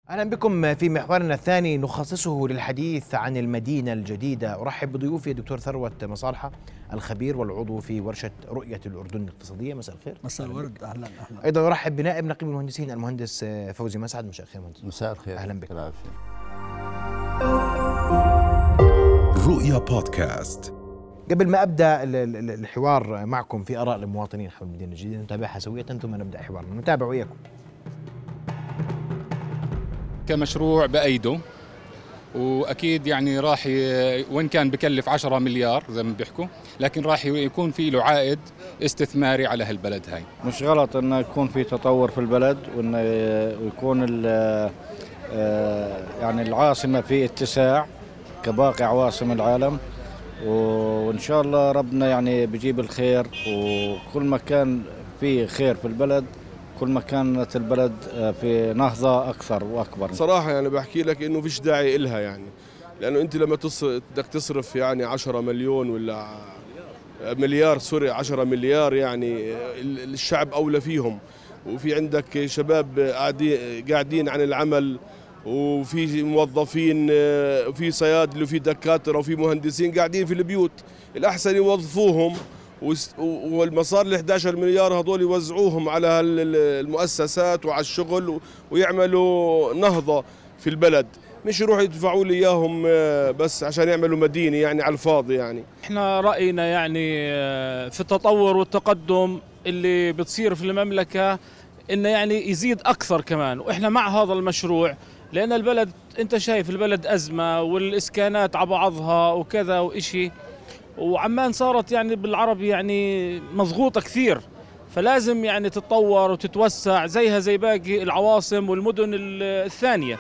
أهلا بكم في محورنا الثاني نخصصه للحديث عن المدينة الجديدة. أرحب بضيوفي دكتور ثروت مصالحة الخبير والعضو في ورشة رؤية الأردن الاقتصادية. مساء الخير. مساء الورد. أهلا. أيضا أرحب بنائب نقيب المهندسين المهندس فوزي مسعد. مساء الخير مهندس. مساء الخير. أهلا بك. رؤيا بودكاست. قبل ما أبدأ الحوار معكم في آراء المواطنين حول المدينة الجديدة نتابعها سوية ثم نبدأ حوارنا. نتابع وياكم. كمشروع بأيده، وأكيد يعني راح وإن كان بكلف 10 مليار زي ما بيحكوا، لكن راح يكون في له عائد استثماري على هالبلد هاي. مش غلط إنه يكون في تطور في البلد، وإنه يكون يعني العاصمة في اتساع كباقي عواصم العالم، وإن شاء الله ربنا يعني بيجيب الخير، وكل ما كان في خير في البلد كل ما كانت البلد في نهضة أكثر وأكبر. صراحة يعني بحكي لك إنه فيش داعي إلها، يعني لأنه أنت لما بدك تصرف يعني 10 مليون ولا مليار، سوري 10 مليار، يعني الشعب أولى فيهم، وفي عندك شباب قاعدين عن العمل، وفي موظفين، وفي صيادلة وفي دكاترة وفي مهندسين قاعدين في البيوت. الأحسن يوظفوهم، والمصاري ال 11 مليار هذول يوزعوهم على المؤسسات وعلى الشغل، ويعملوا نهضة في البلد، مش يروحوا يدفعوا لي اياهم بس عشان يعملوا مدينة يعني على الفاضي. يعني احنا رأينا يعني في التطور والتقدم اللي بتصير في المملكة انه يعني يزيد اكثر كمان، واحنا مع هذا المشروع، لان البلد انت شايف البلد ازمة والاسكانات على بعضها وكذا وإشي، وعمان صارت يعني بالعربي يعني مضغوطة كثير، فلازم يعني تتطور وتتوسع زيها زي باقي العواصم والمدن الثانية.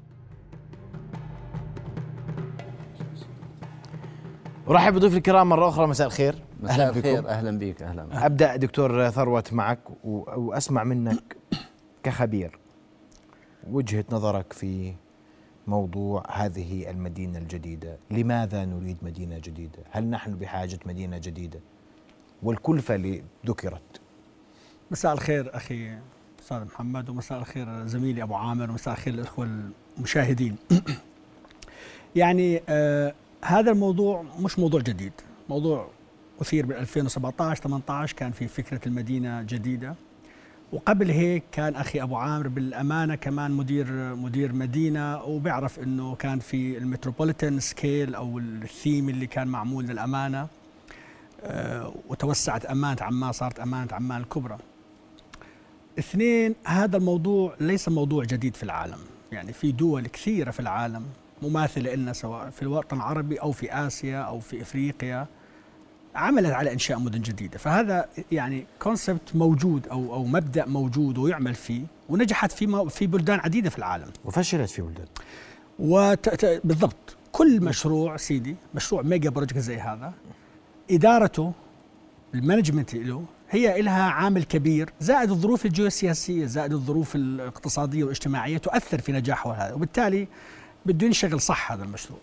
أرحب بضيوف الكرام مرة أخرى. مساء الخير. مساء الخير. أهلا بك. أهلا. أبدأ دكتور ثروت معك وأسمع منك كخبير وجهة نظرك في موضوع هذه المدينة الجديدة. لماذا نريد مدينة جديدة؟ هل نحن بحاجة مدينة جديدة؟ والكلفة اللي ذكرت. مساء الخير أخي أستاذ محمد، ومساء الخير زميلي أبو عامر، ومساء الخير الأخوة المشاهدين. يعني هذا الموضوع مش موضوع جديد، موضوع أثير بال 2017-18 كان في فكرة المدينة جديدة، وقبل هيك كان أخي أبو عامر بالأمانة كمان مدير مدينة، وبيعرف إنه كان في المتروبوليتان سكيل أو الثيم اللي كان معمول للأمانة، وتوسعت أمانة عمان، صارت أمانة عمان الكبرى. اثنين، هذا الموضوع ليس موضوع جديد في العالم، يعني في دول كثيرة في العالم مماثلة لنا سواء في الوطن العربي أو في آسيا أو في إفريقيا عملت على إنشاء مدن جديدة، فهذا يعني كونسبت موجود أو مبدأ موجود ويعمل فيه، ونجحت في بلدان عديدة في العالم وفشلت في بلدان. بالضبط. كل مشروع سيدي، مشروع ميجا بروجكت زي هذا، إدارته المانجمنت له هي لها عامل كبير، زائد الظروف الجيوسياسية، زائد الظروف الاقتصادية والاجتماعية تؤثر في نجاحه هذا، وبالتالي بده ينشغل صح هذا المشروع.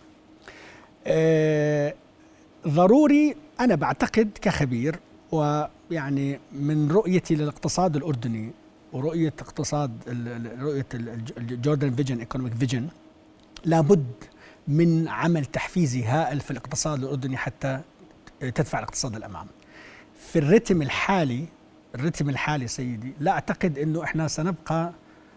ضروري أنا بعتقد كخبير، ويعني من رؤيتي للاقتصاد الأردني ورؤية رؤية الجوردن فيجن ايكونوميك فيجن، لابد من عمل تحفيزي هائل في الاقتصاد الأردني حتى تدفع الاقتصاد للأمام. في الرتم الحالي سيدي، لا أعتقد أنه إحنا سنبقى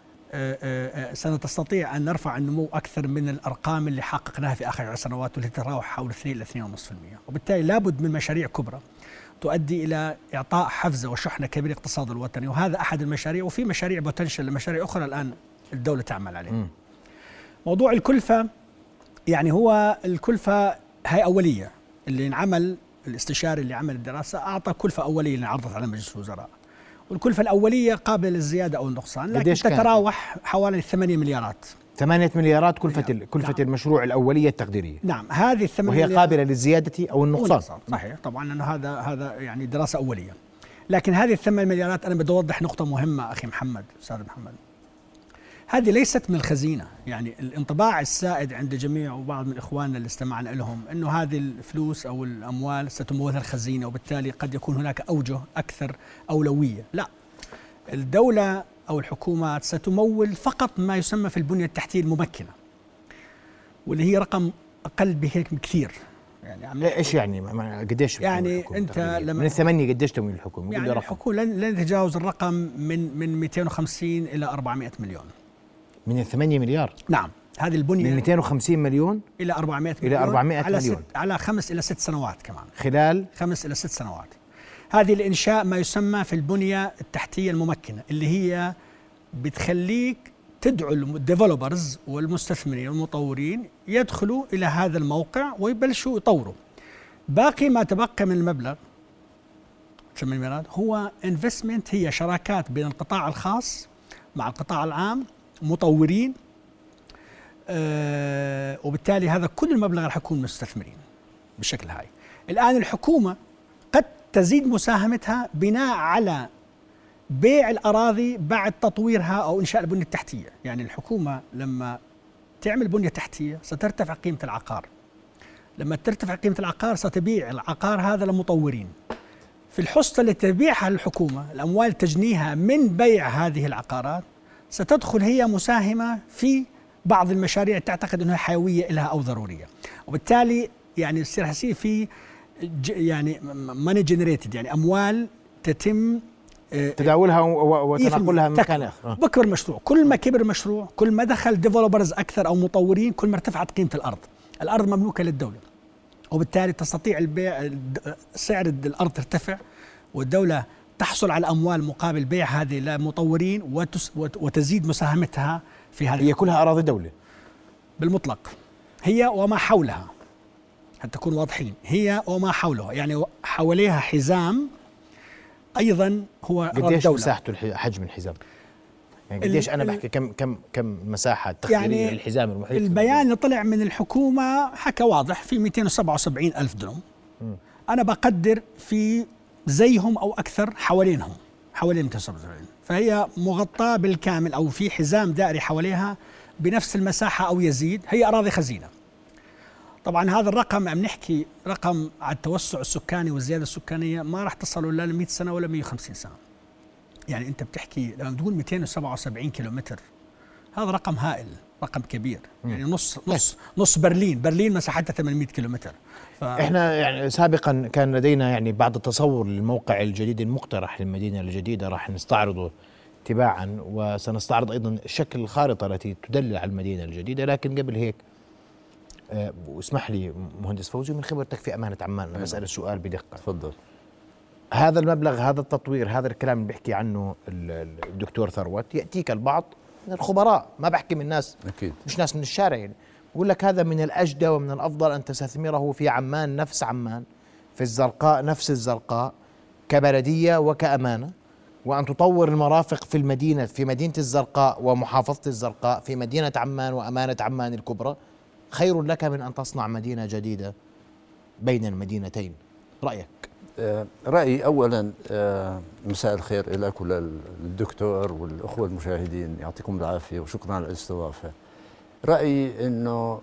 سنستطيع أن نرفع النمو أكثر من الأرقام اللي حققناها في آخر 10 سنوات، والتي تتراوح حول 2 إلى 2.5%، وبالتالي لابد من مشاريع كبرى تؤدي إلى إعطاء حفزة وشحنة كبيرة للاقتصاد الوطني، وهذا أحد المشاريع، وفي مشاريع بوتنشل لمشاريع أخرى الآن الدولة تعمل عليه. موضوع الكلفة، يعني هو الكلفة هي أولية، اللي انعمل الاستشاري اللي عمل الدراسة أعطى كلفة أولية اللي عرضت على مجلس الوزراء، والكلفة الأولية قابلة للزيادة أو النقصان، لكن تتراوح حوالي 8 مليارات. 8 مليارات كلفة نعم. المشروع الأولية التقديرية. نعم، هذه ال8 وهي قابلة للزيادة أو النقصان. صحيح، طبعا لأنه هذا يعني دراسة أولية، لكن هذه ال8 مليارات أنا بدي أوضح نقطة مهمة أخي محمد، أستاذ محمد. هذه ليست من الخزينة، يعني الانطباع السائد عند جميع وبعض من إخواننا اللي استمعنا لهم أنه هذه الفلوس أو الأموال ستمولها الخزينة، وبالتالي قد يكون هناك أوجه أكثر أولوية. لا، الدولة أو الحكومات ستمول فقط ما يسمى في البنية التحتية الممكنة، واللي هي رقم أقل بهيك بكثير. يعني ايش يعني قديش يعني انت لما من الثمانية قديش تمويل الحكومة؟ يعني الحكومة لن يتجاوز الرقم من 250 إلى 400 مليون. من 8 مليار؟ نعم، هذه البنية من 250 مليون إلى 400 مليون، إلى 400 على مليون على 5 إلى 6 سنوات كمان، خلال 5 إلى 6 سنوات. هذه الإنشاء ما يسمى في البنية التحتية الممكنة، اللي هي بتخليك تدعو الديفلوبرز والمستثمرين والمطورين يدخلوا إلى هذا الموقع ويبلشوا يطوروا. باقي ما تبقى من المبلغ هو انفستمنت، هي شراكات بين القطاع الخاص مع القطاع العام، مطورين، وبالتالي هذا كل المبلغ رح يكون مستثمرين بالشكل هاي. الآن الحكومة قد تزيد مساهمتها بناء على بيع الأراضي بعد تطويرها أو إنشاء البنية التحتية. يعني الحكومة لما تعمل بنية تحتية سترتفع قيمة العقار، لما ترتفع قيمة العقار ستبيع العقار هذا لمطورين. في الحصة اللي تبيعها الحكومة، الأموال تجنيها من بيع هذه العقارات، ستدخل هي مساهمة في بعض المشاريع تعتقد أنها حيوية لها أو ضرورية، وبالتالي يعني يصير في يعني ماني جنريتد، يعني أموال تتم تداولها وتنقلها من مكان آخر. بكبر المشروع، كل ما كبر المشروع، كل ما دخل ديفلوبرز أكثر أو مطورين، كل ما ارتفعت قيمة الأرض. الأرض مملوكة للدولة، وبالتالي تستطيع البيع، سعر الأرض ترتفع، والدولة تحصل على أموال مقابل بيع هذه لمطورين وتزيد مساهمتها في هذه. هي كلها أراضي دولة بالمطلق، هي وما حولها، حتى نكون واضحين، هي وما حولها، يعني حواليها حزام أيضا هو قديش مساحته حجم الحزام؟ يعني قديش أنا بحكي كم مساحة تخيلية يعني للحزام المحيط؟ البيان اللي طلع من الحكومة حكى واضح في 277 ألف دنم. أنا بقدر في زيهم أو أكثر حوالين 277، فهي مغطاة بالكامل أو في حزام دائري حواليها بنفس المساحة أو يزيد. هي أراضي خزينة. طبعا هذا الرقم عم نحكي رقم على التوسع السكاني والزيادة السكانية ما راح تصلوا لا ل 100 سنة ولا 150 سنة. يعني أنت بتحكي لما تقول 277 كيلومتر، هذا رقم هائل، رقم كبير. يعني نص برلين مساحتها 800 كيلومتر. احنا يعني سابقا كان لدينا يعني بعض التصور للموقع الجديد المقترح للمدينة الجديدة، راح نستعرضه تباعا، وسنستعرض أيضا شكل الخارطة التي تدل على المدينة الجديدة. لكن قبل هيك واسمح لي مهندس فوزي، من خبرتك في أمانة عمان أنا بسأل السؤال بدقة. تفضل. هذا المبلغ، هذا التطوير، هذا الكلام اللي بيحكي عنه الدكتور ثروت، يأتيك البعض من الخبراء، ما بحكي من ناس أكيد، مش ناس من الشارع، يعني بقول لك هذا من الأجدى ومن الأفضل أن تستثمره في عمان، نفس عمان، في الزرقاء نفس الزرقاء، كبلدية وكأمانة، وأن تطور المرافق في المدينة، في مدينة الزرقاء ومحافظة الزرقاء، في مدينة عمان وأمانة عمان الكبرى، خير لك من أن تصنع مدينة جديدة بين المدينتين. رأيك؟ رأيي أولا، مساء الخير لك وللدكتور والأخوة المشاهدين، يعطيكم العافية وشكرا على الاستضافة. رأيي أنه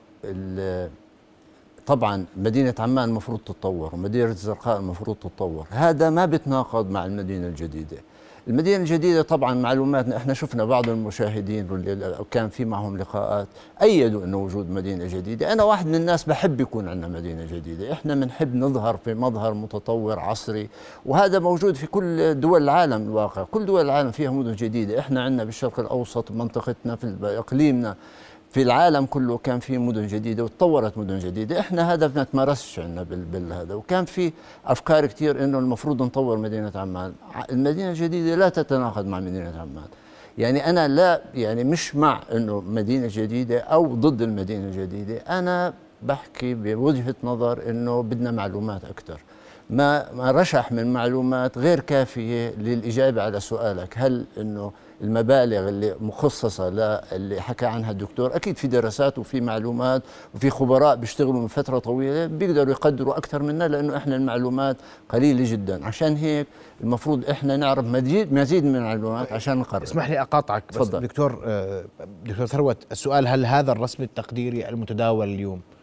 طبعا مدينة عمان المفروض تتطور ومدينة الزرقاء المفروض تتطور، هذا ما بتناقض مع المدينة الجديدة. المدينة الجديدة طبعا معلوماتنا، احنا شفنا بعض المشاهدين واللي كان في معهم لقاءات أيدوا أنه وجود مدينة جديدة. أنا واحد من الناس بحب يكون عندنا مدينة جديدة، احنا بنحب نظهر في مظهر متطور عصري، وهذا موجود في كل دول العالم. الواقع كل دول العالم فيها مدن جديدة، احنا عندنا بالشرق الأوسط منطقتنا في إقليمنا في العالم كله كان في مدن جديدة وتطورت مدن جديدة. احنا هذا ما تمارسش عندنا بالهذا، وكان في أفكار كتير إنه المفروض نطور مدينة عمان. المدينة الجديدة لا تتناقض مع مدينة عمان، يعني أنا لا يعني مش مع إنه مدينة جديدة أو ضد المدينة الجديدة، أنا بحكي بوجهة نظر إنه بدنا معلومات أكثر. ما رشح من معلومات غير كافية للإجابة على سؤالك، هل إنه المبالغ اللي مخصصة اللي حكى عنها الدكتور، أكيد في دراسات وفي معلومات وفي خبراء بيشتغلوا من فترة طويلة بيقدروا يقدروا أكثر منا، لأنه إحنا المعلومات قليلة جدا. عشان هيك المفروض إحنا نعرف مزيد من المعلومات عشان نقرر. اسمح لي أقاطعك بس. دكتور ثروت، السؤال هل هذا الرسم التقديري المتداول اليوم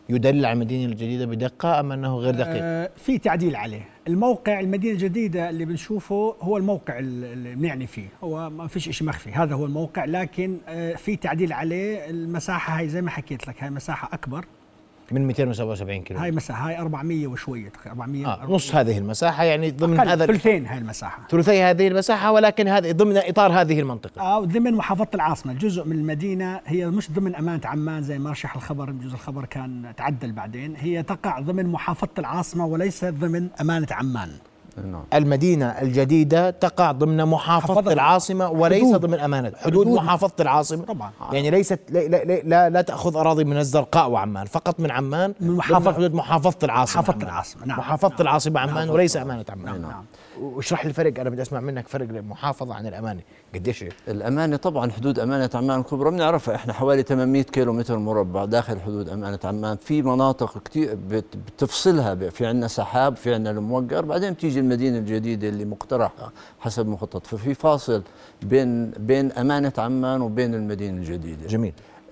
يدل على المدينة الجديدة بدقة أم أنه غير دقيق؟ في تعديل عليه. الموقع المدينة الجديدة اللي بنشوفه هو الموقع اللي بنعني فيه، هو ما فيش شيء مخفي، هذا هو الموقع، لكن في تعديل عليه. المساحة هاي زي ما حكيت لك، هاي مساحة أكبر من 277 كيلو. هاي مساحة، هاي 400 وشوية، 400 نص هذه المساحة، يعني ضمن هذا ثلثين هاي المساحة، ثلثي هذه المساحة، ولكن هذه ضمن إطار هذه المنطقة. ضمن محافظة العاصمة. جزء من المدينة، هي مش ضمن أمانة عمان زي ما رشح الخبر، جزء الخبر كان تعدل بعدين، هي تقع ضمن محافظة العاصمة وليس ضمن أمانة عمان. المدينة الجديدة تقع ضمن محافظة العاصمة وليس ضمن أمانة حدود محافظة العاصمة طبعا. يعني ليست لا تأخذ أراضي من الزرقاء وعمان، فقط من عمان، من حدود محافظة العاصمة. نعم. محافظة العاصمة عمان وليس أمانة عمان. نعم. واشرح لي الفرق، أنا بدي أسمع منك فرق المحافظة عن الأمانة قديش؟ الأمانة طبعا حدود أمانة عمان الكبرى بنعرفها، إحنا حوالي 800 كيلو متر مربع داخل حدود أمانة عمان. في مناطق كتير بتفصلها، في عندنا سحاب، في عندنا الموقر، بعدين بتيجي المدينة الجديدة اللي مقترحة حسب مخطط، ففي فاصل بين أمانة عمان وبين المدينة الجديدة. جميل.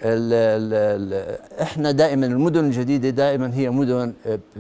احنا دائما المدن الجديدة دائما هي مدن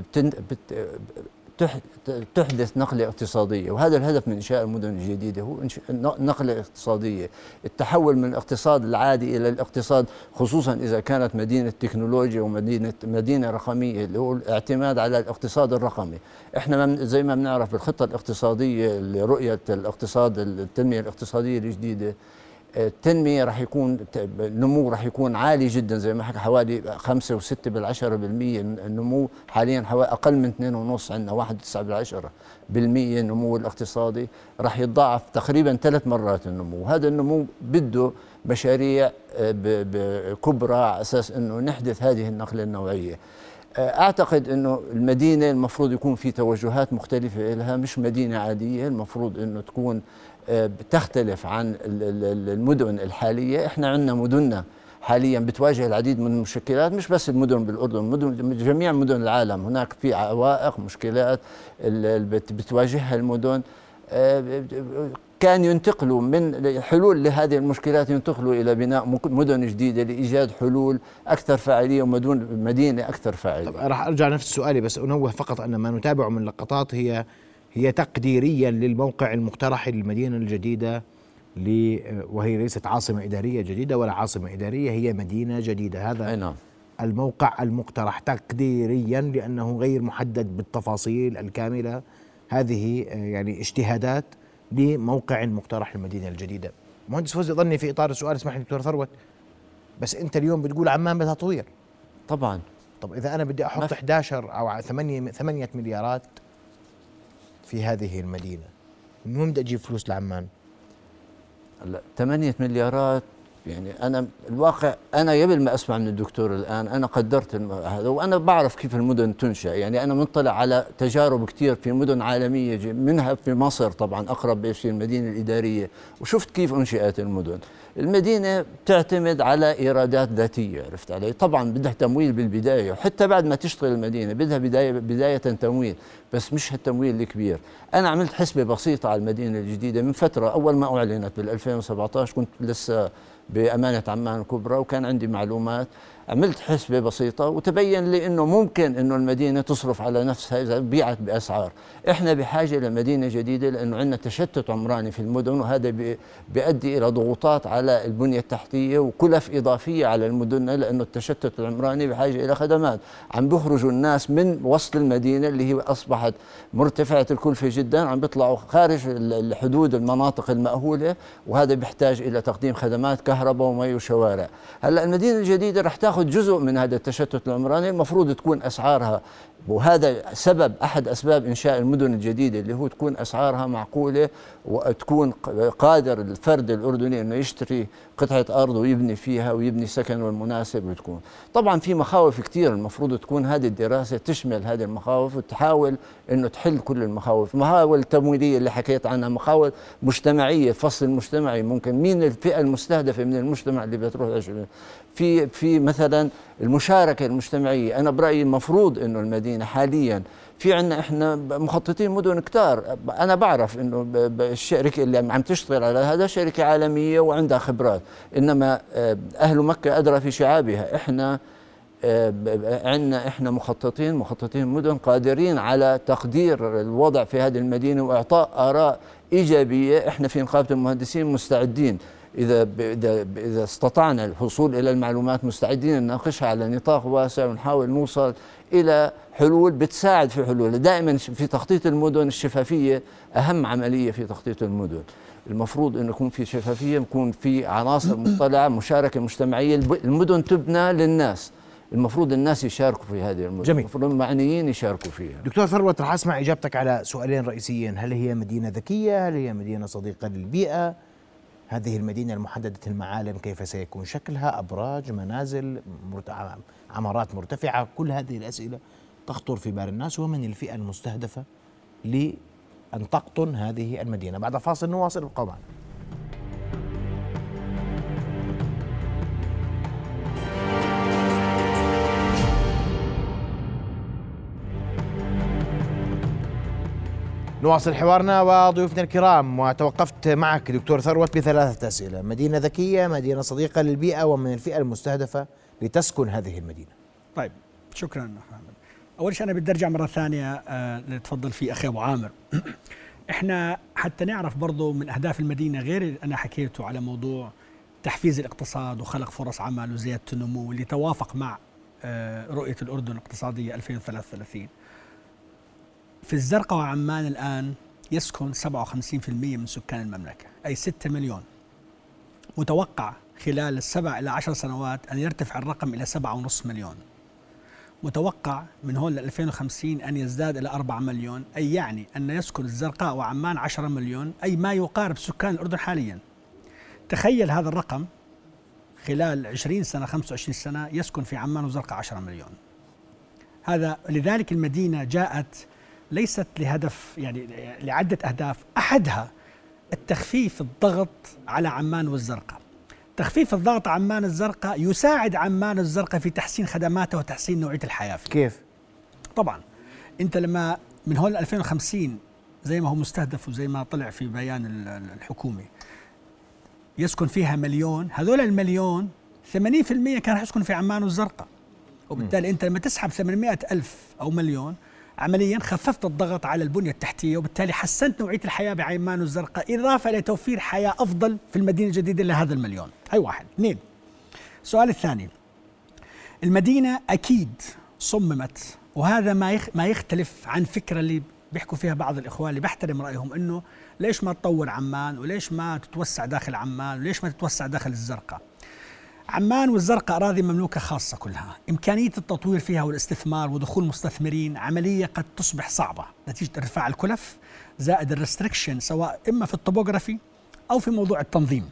تحدث نقلة اقتصادية، وهذا الهدف من إنشاء المدن الجديدة، هو نقلة اقتصادية، التحول من الاقتصاد العادي إلى الاقتصاد، خصوصا إذا كانت مدينة تكنولوجيا ومدينة رقمية، اللي هو الاعتماد على الاقتصاد الرقمي. احنا زي ما بنعرف بالخطة الاقتصادية لرؤية الاقتصاد، التنمية الاقتصادية الجديدة، التنمية راح يكون النمو راح يكون عالي جدا، زي ما حكى حوالي 5 و6 بالعشرة%. النمو حاليا حوالي أقل من 2.5، عندنا 1.9% النمو الاقتصادي، راح يتضاعف تقريبا 3 مرات النمو. هذا النمو بده مشاريع كبرى على أساس أنه نحدث هذه النقلة النوعية. أعتقد أنه المدينة المفروض يكون في توجهات مختلفة لها، مش مدينة عادية، المفروض أنه تكون بتختلف عن المدن الحالية. احنا عندنا مدننا حاليا بتواجه العديد من المشكلات، مش بس المدن بالأردن، جميع مدن العالم هناك في عوائق، مشكلات بتواجهها المدن. كان ينتقلوا من حلول لهذه المشكلات، ينتقلوا إلى بناء مدن جديدة لإيجاد حلول أكثر فاعلية ومدينة أكثر فاعلية. طب راح أرجع نفس سؤالي، بس أنوه فقط أن ما نتابعه من لقطات هي تقديريا للموقع المقترح للمدينة الجديدة، وهي ليست عاصمة إدارية جديدة ولا عاصمة إدارية، هي مدينة جديدة. هذا نعم. الموقع المقترح تقديريا لأنه غير محدد بالتفاصيل الكاملة. هذه يعني اجتهادات لموقع مقترح للمدينة الجديدة. مهندس فوزي، ظني في إطار السؤال، اسمح لي دكتور ثروت، بس أنت اليوم بتقول عمان بدها تطوير. طبعا. طب إذا أنا بدي أحط 11 أو 8 مليارات في هذه المدينة، من وين بدي أجيب فلوس لعمان؟ 8 مليارات يعني أنا الواقع، أنا قبل ما أسمع من الدكتور الآن أنا قدرت هذا، وأنا بعرف كيف المدن تنشأ. يعني أنا مطلع على تجارب كتير في مدن عالمية، منها في مصر طبعا أقرب في المدينة الإدارية، وشفت كيف أنشئت المدن. المدينة بتعتمد على إيرادات ذاتية، عرفت علي؟ طبعا بدها تمويل بالبداية، وحتى بعد ما تشتغل المدينة بدها بداية تمويل، بس مش هالتمويل الكبير. أنا عملت حسبة بسيطة على المدينة الجديدة من فترة، أول ما أعلنت بال 2017 كنت لسه بأمانة عمان الكبرى، وكان عندي معلومات. عملت حسبة بسيطة وتبين لي أنه ممكن أنه المدينة تصرف على نفسها إذا بيعت بأسعار. إحنا بحاجة لمدينة جديدة لأنه عندنا تشتت عمراني في المدن، وهذا بيؤدي إلى ضغوطات على البنية التحتية وكلف إضافية على المدن، لأنه التشتت العمراني بحاجة إلى خدمات. عم بيخرجوا الناس من وسط المدينة اللي هي أصبحت مرتفعة الكلفة جدا، عم بيطلعوا خارج الحدود المناطق المأهولة، وهذا بيحتاج إلى تقديم خدمات كهرباء ومي وشوارع. هلا المدينة الجديدة رح تاخذ جزء من هذا التشتت العمراني، المفروض تكون أسعارها، وهذا سبب أحد أسباب إنشاء المدن الجديدة، اللي هو تكون أسعارها معقولة، وتكون قادر الفرد الأردني أنه يشتري قطعة أرض ويبني فيها ويبني سكنه المناسب. وتكون طبعا في مخاوف كثير، المفروض تكون هذه الدراسة تشمل هذه المخاوف وتحاول أنه تحل كل المخاوف. مخاوف التمويلية اللي حكيت عنها، مخاوف مجتمعية، الفصل المجتمعي، ممكن مين الفئة المستهدفة من المجتمع اللي بتروح في مثلا المشاركة المجتمعية. أنا برأيي المفروض أنه المدينة حاليا في عندنا إحنا مخططين مدن كتار، أنا بعرف إنه الشركة اللي عم تشتغل على هذا شركة عالمية وعندها خبرات، إنما أهل مكة أدرى في شعابها. إحنا عندنا احنا مخططين مدن قادرين على تقدير الوضع في هذه المدينه واعطاء اراء ايجابيه. احنا في نقابه المهندسين مستعدين اذا استطعنا الحصول الى المعلومات، مستعدين نناقشها على نطاق واسع ونحاول نوصل الى حلول بتساعد في حلول. دائما في تخطيط المدن الشفافيه اهم عمليه في تخطيط المدن. المفروض انه يكون في شفافيه، يكون في عناصر مطلعه، مشاركه مجتمعيه. المدن تبنى للناس، المفروض الناس يشاركوا في هذه المدن. جميل. المفروض المعنيين يشاركوا فيها. دكتور ثروت، رح اسمع اجابتك على سؤالين رئيسيين: هل هي مدينه ذكيه؟ هل هي مدينه صديقه للبيئه؟ هذه المدينه المحدده المعالم كيف سيكون شكلها؟ ابراج، منازل، عمارات مرتفعه؟ كل هذه الاسئله تخطر في بال الناس، ومن الفئه المستهدفه لأن تقطن هذه المدينه. بعد فاصل نواصل، ابقوا معنا. نواصل حوارنا وضيوفنا الكرام، وتوقفت معك دكتور ثروت بثلاثة أسئلة: مدينة ذكية، مدينة صديقة للبيئة، ومن الفئة المستهدفة لتسكن هذه المدينة. طيب، شكرا محمد. أول شيء أنا بدي أرجع مرة ثانية اللي تفضل فيه أخي أبو عامر. إحنا حتى نعرف برضو من أهداف المدينة غير اللي أنا حكيته على موضوع تحفيز الاقتصاد وخلق فرص عمل وزيادة النمو اللي توافق مع رؤية الأردن الاقتصادية 2033. في الزرقاء وعمان الآن يسكن 57% من سكان المملكة، أي 6 مليون. متوقع خلال 7 إلى 10 سنوات أن يرتفع الرقم إلى 7.5 مليون. متوقع من هون ل 2050 أن يزداد إلى 4 مليون، أي يعني أن يسكن الزرقاء وعمان 10 مليون، أي ما يقارب سكان الأردن حاليا. تخيل هذا الرقم خلال 20 سنة 25 سنة يسكن في عمان والزرقاء 10 مليون. هذا لذلك المدينة جاءت ليست لهدف، يعني لعدة أهداف، أحدها التخفيف الضغط على عمان والزرقاء. تخفيف الضغط على عمان الزرقاء يساعد عمان الزرقاء في تحسين خدماتها وتحسين نوعية الحياة فيه. كيف؟ طبعا أنت لما من هون ل 2050 زي ما هو مستهدف وزي ما طلع في بيان الحكومي يسكن فيها مليون، هذول المليون 80% كان يسكن في عمان والزرقاء، وبالتالي أنت لما تسحب 800 ألف أو مليون عمليا خففت الضغط على البنية التحتية، وبالتالي حسنت نوعية الحياة بعمان والزرقاء، إضافة إلى توفير حياة أفضل في المدينة الجديدة لهذا المليون. هاي واحد. اثنين، السؤال الثاني: المدينة أكيد صممت، وهذا ما يختلف عن فكرة اللي بيحكوا فيها بعض الإخوان اللي بحترم رأيهم، إنه ليش ما تطور عمان وليش ما تتوسع داخل عمان وليش ما تتوسع داخل الزرقاء. عمان والزرقاء أراضي مملوكة خاصة كلها، إمكانية التطوير فيها والاستثمار ودخول مستثمرين عملية قد تصبح صعبة نتيجة ارتفاع الكلف زائد الريستريكشن، سواء إما في الطبوغرافي أو في موضوع التنظيم.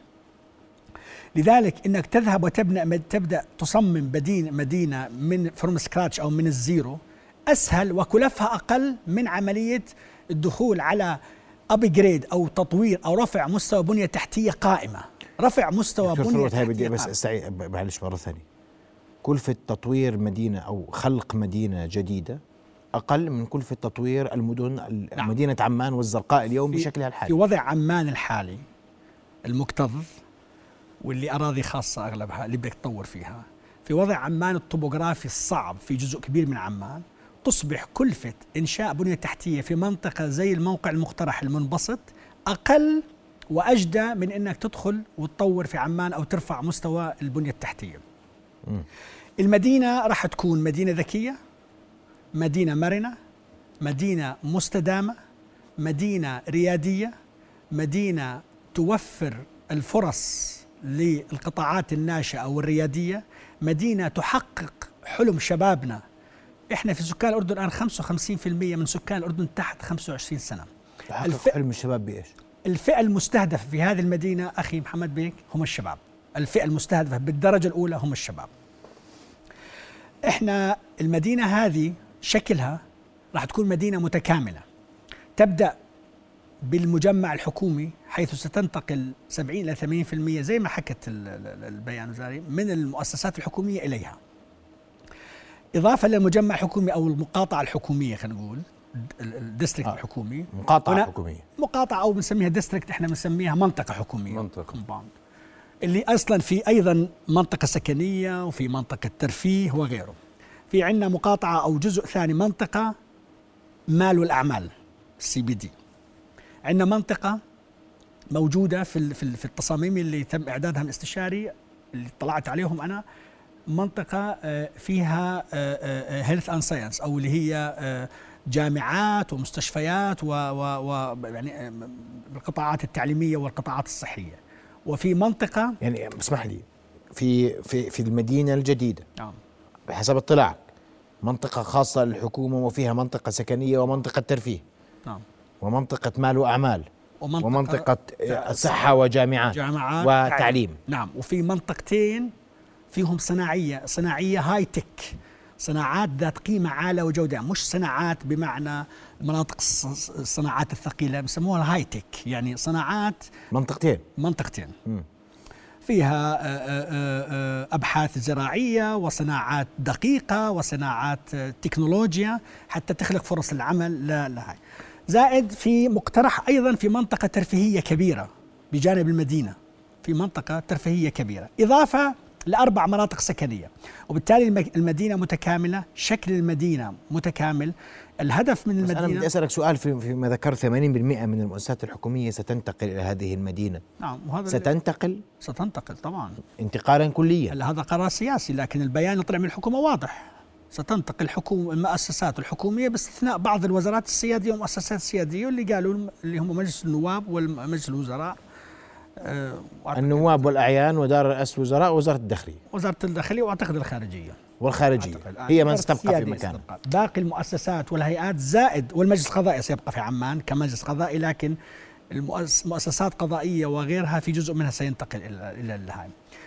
لذلك إنك تذهب تبدأ تصمم مدينة من فروم سكراتش أو من الزيرو أسهل وكلفها أقل من عملية الدخول على أبجريد أو تطوير أو رفع مستوى بنية تحتية قائمة. رفع مستوى بنية تحتية. بدي بس استعيد معلش مرة ثانية. كلفة تطوير مدينة أو خلق مدينة جديدة أقل من كلفة تطوير المدن. نعم. مدينة عمان والزرقاء اليوم بشكلها الحالي. في وضع عمان الحالي المكتظ واللي أراضي خاصة أغلبها اللي بدك تطور فيها، في وضع عمان الطبوغرافي الصعب في جزء كبير من عمان، تصبح كلفة إنشاء بنية تحتية في منطقة زي الموقع المقترح المنبسط أقل وأجدى من أنك تدخل وتطور في عمان أو ترفع مستوى البنية التحتية. المدينة راح تكون مدينة ذكية، مدينة مرنة، مدينة مستدامة، مدينة ريادية، مدينة توفر الفرص للقطاعات الناشئة والريادية، مدينة تحقق حلم شبابنا. إحنا في سكان الأردن الآن 55% من سكان الأردن تحت 25 سنة. تحقق حلم الشباب بإيش؟ الفئة المستهدفة في هذه المدينة أخي محمد بيك هم الشباب. الفئة المستهدفة بالدرجة الأولى هم الشباب. إحنا المدينة هذه شكلها راح تكون مدينة متكاملة، تبدأ بالمجمع الحكومي حيث ستنتقل 70 إلى 80% زي ما حكت البيان الوزاري من المؤسسات الحكومية إليها، إضافة للمجمع الحكومي أو المقاطعة الحكومية، خلينا نقول الديستريكت الحكومي، مقاطعة حكومية، مقاطعة أو بنسميها ديستريكت، إحنا بنسميها منطقة حكومية، منطقة اللي أصلا في أيضا منطقة سكنية وفي منطقة ترفيه وغيره. في عندنا مقاطعة أو جزء ثاني منطقة مال والأعمال CBD. عندنا منطقة موجودة في التصاميم اللي تم إعدادها من استشاري اللي اطلعت عليهم أنا، منطقة فيها هيلث أند ساينس، أو اللي هي جامعات ومستشفيات ويعني بالقطاعات التعليمية والقطاعات الصحية. وفي منطقة يعني اسمح لي في المدينة الجديدة نعم بحسب اطلاعك منطقة خاصة للحكومة وفيها منطقة سكنية ومنطقة ترفيه نعم ومنطقة مال وأعمال ومنطقة صحة وجامعات وتعليم. نعم. وفي منطقتين فيهم صناعية هاي تك، صناعات ذات قيمة عالية وجودة، مش صناعات بمعنى مناطق الصناعات الثقيلة، بسموها الهاي تك، يعني صناعات منطقتين فيها أبحاث زراعية وصناعات دقيقة وصناعات تكنولوجيا حتى تخلق فرص العمل لهاي. زائد في مقترح أيضا في منطقة ترفيهية كبيرة بجانب المدينة، في منطقة ترفيهية كبيرة إضافة ل4 مناطق سكنية، وبالتالي المدينة متكاملة، شكل المدينة متكامل. الهدف من المدينة، أنا بدي أسألك سؤال فيما ذكرت 80% من المؤسسات الحكومية ستنتقل إلى هذه المدينة. نعم. وهذا ستنتقل طبعا انتقالا كليا. هذا قرار سياسي، لكن البيان اللي طلع من الحكومة واضح، ستنتقل المؤسسات الحكومية باستثناء بعض الوزارات السيادية والمؤسسات السيادية اللي قالوا اللي هم مجلس النواب ومجلس الوزراء، النواب والأعيان ودار رئاسة الوزراء ووزارة الداخلية وأعتقد الخارجية هي من ستبقى في مكانها. باقي المؤسسات والهيئات زائد والمجلس القضائي سيبقى في عمان كمجلس قضائي، لكن المؤسسات قضائية وغيرها في جزء منها سينتقل إلى الهاي.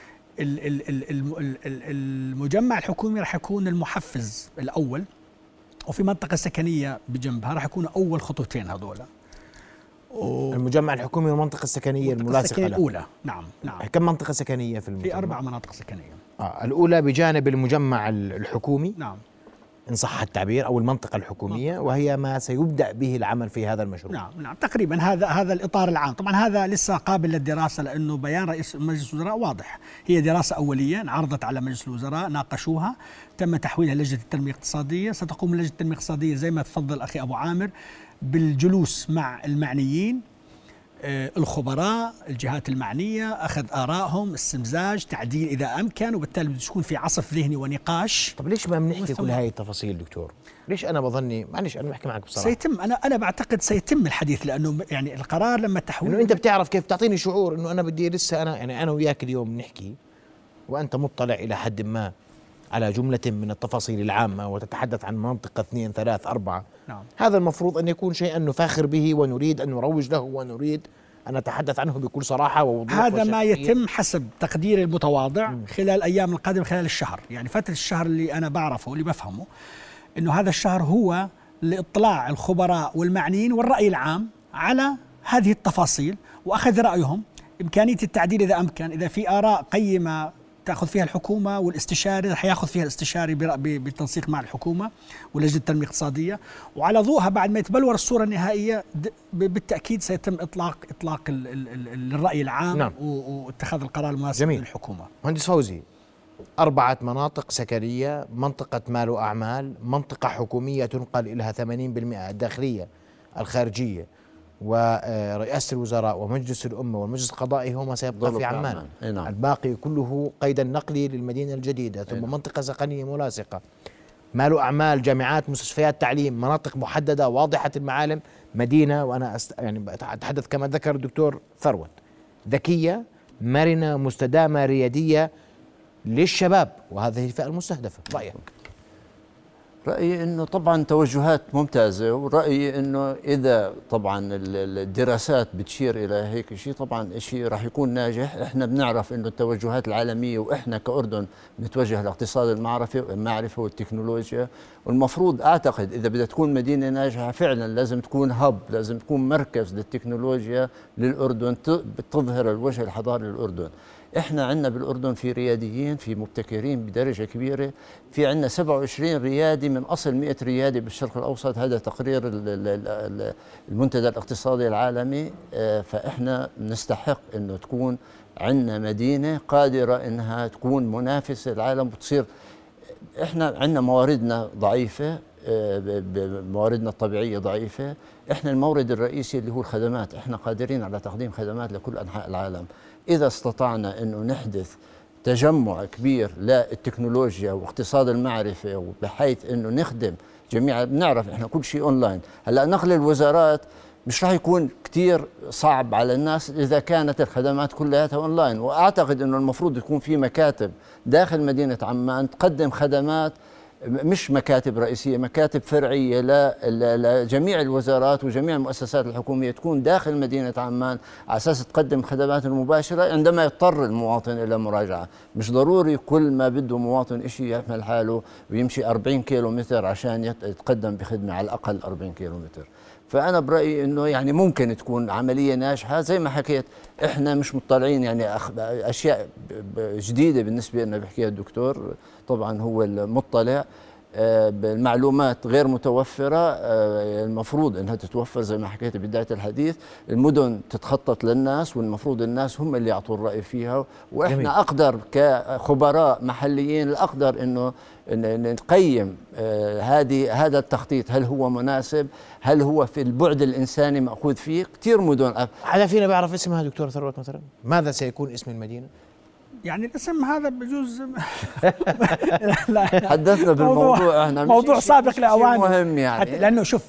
المجمع الحكومي راح يكون المحفز الأول، وفي منطقة سكنية بجنبها راح يكون أول خطوتين هذولا. المجمع الحكومي والمنطقة السكنية الملاصقة له. الأولى. نعم. كم منطقة سكنية في المجمع؟ في 4 مناطق سكنية. الأولى بجانب المجمع الحكومي. نعم. إن صح التعبير، أو المنطقة الحكومية، وهي ما سيبدأ به العمل في هذا المشروع. نعم تقريبا هذا الإطار العام. طبعا هذا لسه قابل للدراسة، لأنه بيان رئيس مجلس الوزراء واضح، هي دراسة أولية انعرضت على مجلس الوزراء، ناقشوها، تم تحويلها لجنة التنمية الاقتصادية. ستقوم لجنة التنمية الاقتصادية زي ما تفضل أخي أبو عامر بالجلوس مع المعنيين، الخبراء، الجهات المعنية، أخذ آرائهم، استمزاج، تعديل إذا أمكن، وبالتالي بده يكون في عصف ذهني ونقاش. طب ليش ما بنحكي كل هاي التفاصيل دكتور؟ ليش أنا بظني، معلش أنا بحكي معك بصراحة، سيتم، أنا بعتقد سيتم الحديث، لأنه يعني القرار لما تحويل، إنه أنت بتعرف كيف تعطيني شعور إنه أنا بدي لسه أنا وياك اليوم نحكي وأنت مطلع إلى حد ما على جملة من التفاصيل العامة وتتحدث عن منطقة 2 3 4. نعم. هذا المفروض أن يكون شيئا نفاخر به ونريد أن نروج له ونريد أن نتحدث عنه بكل صراحة ووضوح. هذا ما يتم حسب تقديري المتواضع خلال الأيام القادمة، خلال الشهر، يعني فترة الشهر اللي أنا بعرفه واللي بفهمه إنه هذا الشهر هو لإطلاع الخبراء والمعنيين والرأي العام على هذه التفاصيل وأخذ رأيهم، إمكانية التعديل إذا أمكن، إذا في آراء قيمة تأخذ فيها الحكومة والاستشاري رح يأخذ فيها الاستشاري بالتنسيق مع الحكومة ولجنة التنمية الاقتصادية، وعلى ضوءها بعد ما يتبلور الصورة النهائية بالتأكيد سيتم إطلاق الرأي العام. نعم. واتخاذ القرار المناسب للحكومة. مهندس فوزي، 4 مناطق سكنية، منطقة مال وأعمال، منطقة حكومية تنقل إليها 80% الداخلية الخارجية ورئاسة الوزراء ومجلس الأمة والمجلس القضائي هما سيبقى في عمان. نعم. الباقي كله قيد النقل للمدينة الجديدة، ثم منطقة سكنية ملاصقة، مال وأعمال، جامعات، مستشفيات، تعليم، مناطق محددة واضحة المعالم، مدينة، وأنا يعني أتحدث كما ذكر الدكتور ثروت، ذكية، مرنة، مستدامة، ريادية للشباب، وهذه الفئة المستهدفة. رأيك؟ رأيي أنه طبعا توجهات ممتازة، ورأيي أنه إذا طبعا الدراسات بتشير إلى هيك شيء طبعا شيء راح يكون ناجح. إحنا بنعرف أنه التوجهات العالمية وإحنا كأردن نتوجه لاقتصاد المعرفة والتكنولوجيا، والمفروض أعتقد إذا بدها تكون مدينة ناجحة فعلا لازم تكون هب، لازم تكون مركز للتكنولوجيا للأردن، تظهر الوجه الحضاري للأردن. احنا عندنا بالاردن في رياديين، في مبتكرين بدرجه كبيره، في عندنا 27 ريادي من اصل 100 ريادي بالشرق الاوسط، هذا تقرير المنتدى الاقتصادي العالمي. فاحنا نستحق انه تكون عندنا مدينه قادره انها تكون منافسه للعالم وتصير احنا عندنا مواردنا ضعيفه، مواردنا الطبيعيه ضعيفه. احنا المورد الرئيسي اللي هو الخدمات، احنا قادرين على تقديم خدمات لكل انحاء العالم. اذا استطعنا انه نحدث تجمع كبير للتكنولوجيا واقتصاد المعرفه، وبحيث انه نخدم جميع، بنعرف احنا كل شيء اونلاين. هلا نقل الوزارات مش راح يكون كتير صعب على الناس إذا كانت الخدمات كلها أونلاين، وأعتقد أنه المفروض يكون في مكاتب داخل مدينة عمان تقدم خدمات، مش مكاتب رئيسية، مكاتب فرعية لجميع الوزارات وجميع المؤسسات الحكومية تكون داخل مدينة عمان على أساس تقدم خدمات المباشرة عندما يضطر المواطن إلى مراجعة. مش ضروري كل ما بده مواطن إشي يحمل حاله ويمشي 40 كيلو متر عشان يتقدم بخدمة، على الأقل 40 كيلو متر. فأنا برأيي إنه يعني ممكن تكون عملية ناجحة. زي ما حكيت إحنا مش مطلعين يعني أشياء جديدة بالنسبة لنا بيحكيها الدكتور، طبعا هو المطلع بالمعلومات غير متوفرة، المفروض إنها تتوفر زي ما حكيت بداية الحديث. المدن تتخطط للناس والمفروض الناس هم اللي يعطوا الرأي فيها، وإحنا جميل. أقدر كخبراء محليين الأقدر إنه نقيم هذا التخطيط، هل هو مناسب، هل هو في البعد الإنساني مأخوذ فيه. كثير مدن. حدا فينا بيعرف اسمها دكتور ثروت مثلا؟ ماذا سيكون اسم المدينة؟ يعني الاسم هذا بجوز لا حدثنا بالموضوع، احنا موضوع سابق لاوانه مهم يعني، لانه شوف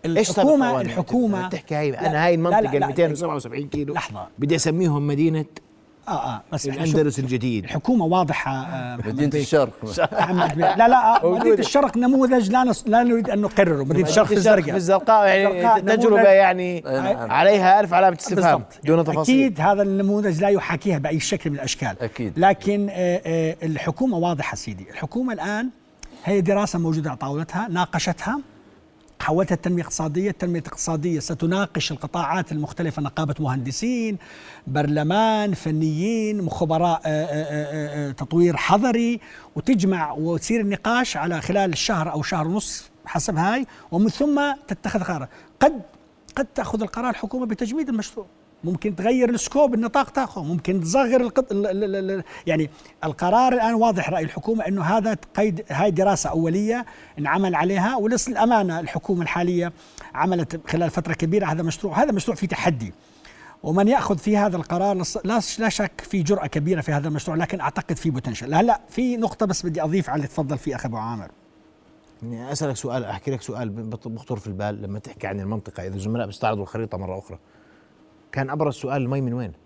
الحكومه بتحكي هاي هاي المنطقه ال 277 كيلو لحظه بدي اسميهم مدينه بس الأندلس الجديد. الحكومه واضحه. مدينه الشرق لا مدينه الشرق نموذج لا نريد ان نقرره. مدينه الشرق في الزرقاء يعني تجربه يعني عليها ألف علامه استفهام دون تفاصيل. اكيد هذا النموذج لا يحاكيها باي شكل من الاشكال أكيد. لكن الحكومه واضحه سيدي. الحكومه الان هي دراسه موجوده على طاولتها، ناقشتها، حولتها التنمية الاقتصادية. التنمية الاقتصادية ستناقش القطاعات المختلفة، نقابة مهندسين، برلمان، فنيين، خبراء تطوير حضري، وتجمع وتصير النقاش على خلال الشهر أو شهر ونص حسب هاي، ومن ثم تتخذ قرار. قد تأخذ القرار الحكومة بتجميد المشروع، ممكن تغير السكوب، النطاق تاخذ، ممكن تصغر يعني القرار الان واضح. راي الحكومه انه هذا قيد، هاي دراسه اوليه انعمل عليها، وللامانه الحكومه الحاليه عملت خلال فتره كبيره هذا مشروع فيه تحدي، ومن ياخذ في هذا القرار لا شك في جرأه كبيره في هذا المشروع، لكن اعتقد في بوتنشل. هلا في نقطه بس بدي اضيف على اللي تفضل فيه اخي ابو عامر. اسالك سؤال، احكي لك سؤال بخطر في البال لما تحكي عن المنطقه. اذا الزملاء بيستعرضوا الخريطه مره اخرى، كان ابرز سؤال المي من وين؟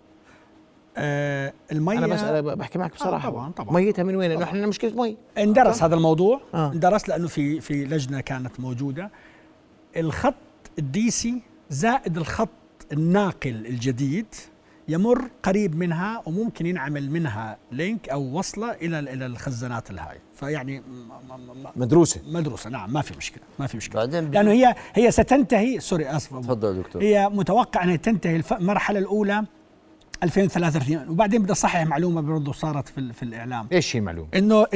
المي انا بحكي معك بصراحه. طبعا ميتها من وين؟ لانه احنا مشكله مي. اندرس هذا الموضوع. اندرس لانه في لجنه كانت موجوده. الخط الديسي زائد الخط الناقل الجديد يمر قريب منها، وممكن ينعمل منها لينك او وصله الى الخزانات الهاي. فيعني مدروسه نعم، ما في مشكله لانه هي ستنتهي. سوري اسف، تفضل دكتور. هي متوقع انها تنتهي المرحله الاولى 2033، وبعدين بدي اصحح معلومه برضه صارت في الاعلام. ايش هي المعلومه؟ انه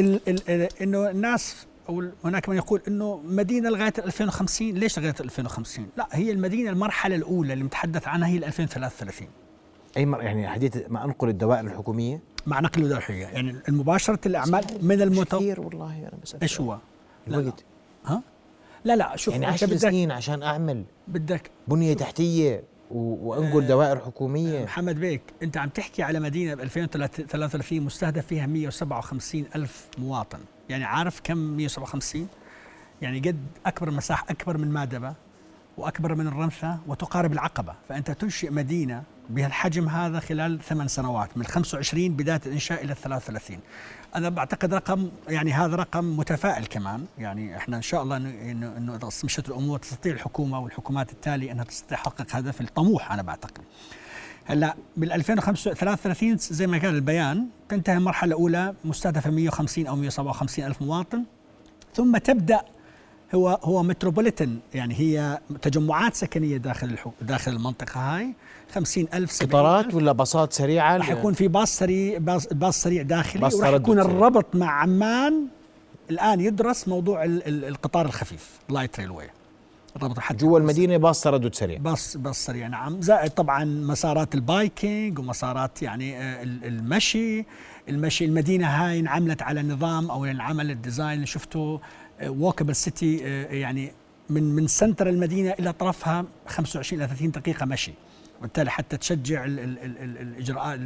الناس او هناك من يقول انه مدينه لغايه 2050. ليش لغايه 2050؟ لا، هي المدينه المرحله الاولى اللي متحدث عنها هي 2033. يعني حديث مع انقل الدوائر الحكوميه، مع نقل الدوائر الحكوميه، يعني المباشره الاعمال من كثير والله انا بسأل ايش هو؟ الوقت. لا شوف، يعني 10 سنين عشان اعمل بنيه تحتيه وانقل دوائر حكوميه. محمد بيك، انت عم تحكي على مدينه ب 2033 مستهدف فيها 157 ألف مواطن. يعني عارف كم 157؟ يعني قد اكبر مساحه، اكبر من مادبه واكبر من الرمثة وتقارب العقبه. فانت تنشئ مدينه بهالحجم هذا خلال 8 سنوات، من 25 بدايه الانشاء الى 33. انا بعتقد رقم، يعني هذا رقم متفائل كمان. يعني احنا ان شاء الله انه اذا مشت الامور تستطيع الحكومه والحكومات التاليه انها تحقق هدف الطموح. انا بعتقد هلا بال 2033 زي ما قال البيان تنتهي المرحله الاولى مستهدفه 150 او 157 الف مواطن، ثم تبدا هو متروبوليتان، يعني هي تجمعات سكنيه داخل المنطقه هاي. 50,000 قطارات ولا باصات سريعه؟ راح يكون في باص سريع داخلي، وراح يكون الربط مع عمان. الان يدرس موضوع القطار الخفيف، لايت ريلوي، الربط حتى جوا المدينه، باص تردد سريع، باص سريع نعم. زائد طبعا مسارات البايكينج ومسارات يعني المشي، المشي. المدينة هاي انعملت على نظام أو انعمل الديزاين شفته ووكبل سيتي، يعني من سنتر المدينة إلى طرفها 25 إلى 30 دقيقة مشي، وبالتالي حتى تشجع الإجراءات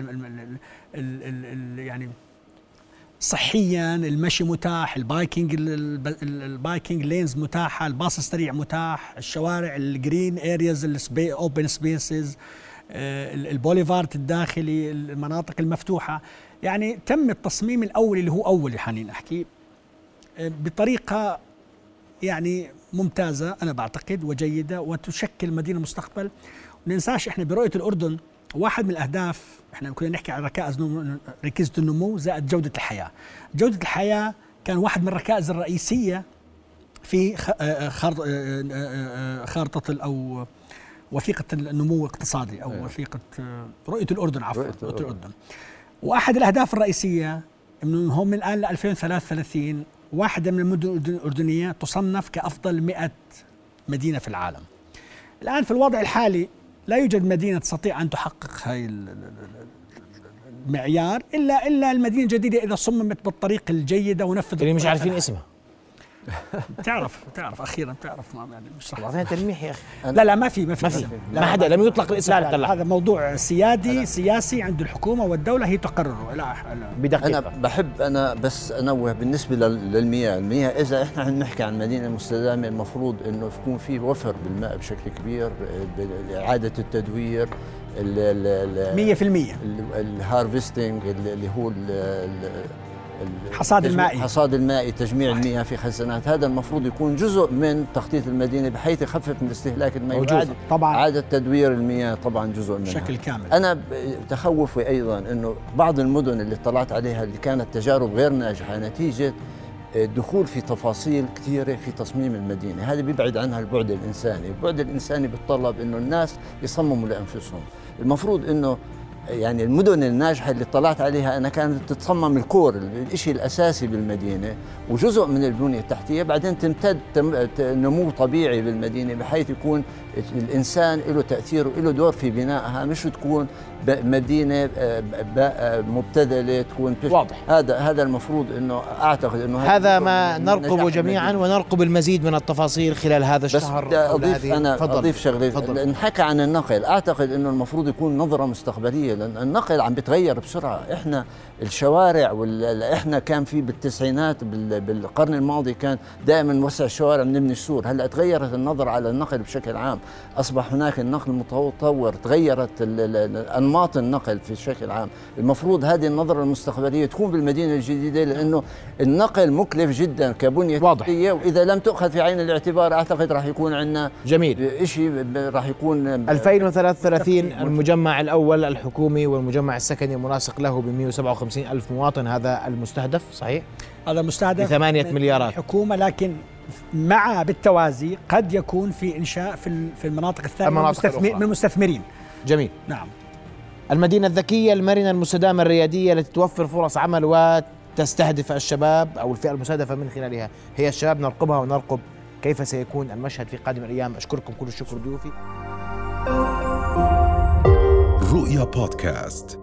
يعني صحيا المشي متاح، البايكنج لينز متاحة، الباص السريع متاح، الشوارع الجرين ارياز اوبن سبيسز، البوليفارد الداخلي، المناطق المفتوحة. يعني تم التصميم الأول اللي هو أول حنين أحكي بطريقة يعني ممتازة أنا بعتقد وجيدة، وتشكل مدينة مستقبل. وننساش إحنا برؤية الأردن واحد من الأهداف، إحنا كنا نحكي عن ركيزة النمو زائد جودة الحياة. جودة الحياة كان واحد من الركائز الرئيسية في خارطة أو وثيقة النمو الاقتصادي أو وثيقة رؤية الأردن، عفوا رؤية الأردن. وأحد الأهداف الرئيسية هم من الآن ل 2033 واحدة من المدن الأردنية تصنف كأفضل 100 مدينة في العالم. الآن في الوضع الحالي لا يوجد مدينة تستطيع أن تحقق هاي المعيار إلا المدينة الجديدة إذا صممت بالطريقة الجيدة ونفذت. اللي مش عارفين اسمها تعرف أخيرا تعرف ما يعني مش صح تلميح يا أخي. لا ما في ما حدا لم يطلق الاسم. لا هذا موضوع سياسي عند الحكومة والدولة هي تقرره. لا أنا بحب بس أنوه بالنسبة للمياه. المياه إذا إحنا نحكي عن مدينة مستدامة المفروض إنه يكون في وفر بالماء بشكل كبير، إعادة التدوير 100%، الهارفستنج اللي هو حصاد المائي، تجميع المياه في خزانات. هذا المفروض يكون جزء من تخطيط المدينة بحيث يخفف من استهلاك المياه. طبعا إعادة تدوير المياه طبعا جزء منها بشكل كامل. أنا تخوفي أيضا إنه بعض المدن اللي اطلعت عليها اللي كانت تجارب غير ناجحة نتيجة الدخول في تفاصيل كثيرة في تصميم المدينة. هذا بيبعد عنها البعد الإنساني. البعد الإنساني بيتطلب إنه الناس يصمموا لأنفسهم. المفروض إنه يعني المدن الناجحة اللي اطلعت عليها أنا كانت تتصمم الكور، الشيء الأساسي بالمدينة وجزء من البنية التحتية، بعدين تمتد نمو طبيعي بالمدينة بحيث يكون الإنسان له تأثير وله دور في بنائها، مش تكون مدينة مبتذلة تكون واضح. هذا المفروض إنه أعتقد إنه هذا ما نرقبه جميعا، ونرقب المزيد من التفاصيل خلال هذا الشهر. بس أضيف شغلة. نحكي عن النقل، أعتقد إنه المفروض يكون نظرة مستقبلية، لأن النقل عم بيتغير بسرعة. إحنا الشوارع إحنا كان في بالتسعينات بالقرن الماضي كان دائما نوسع الشوارع ونبني السور. هلا تغيرت النظرة على النقل بشكل عام، أصبح هناك النقل متطور، تغيرت أنماط النقل في الشكل عام. المفروض هذه النظرة المستقبلية تكون بالمدينة الجديدة، لأنه النقل مكلف جدا كبنية تحتية، وإذا لم تؤخذ في عين الاعتبار أعتقد راح يكون عندنا جميل شيء راح يكون 2033 المجمع الأول الحكومي والمجمع السكني المناسق له ب 157 ألف مواطن. هذا المستهدف صحيح؟ هذا مستهدف ب8 مليارات الحكومة، لكن مع بالتوازي قد يكون في إنشاء في المناطق الثانية من المستثمرين. جميل. نعم. المدينة الذكية المرنة المستدامة الريادية التي توفر فرص عمل وتستهدف الشباب أو الفئة المستهدفة من خلالها هي الشباب. نرقبها ونرقب كيف سيكون المشهد في قادم الأيام. أشكركم كل الشكر ضيوفي. رؤيا بودكاست.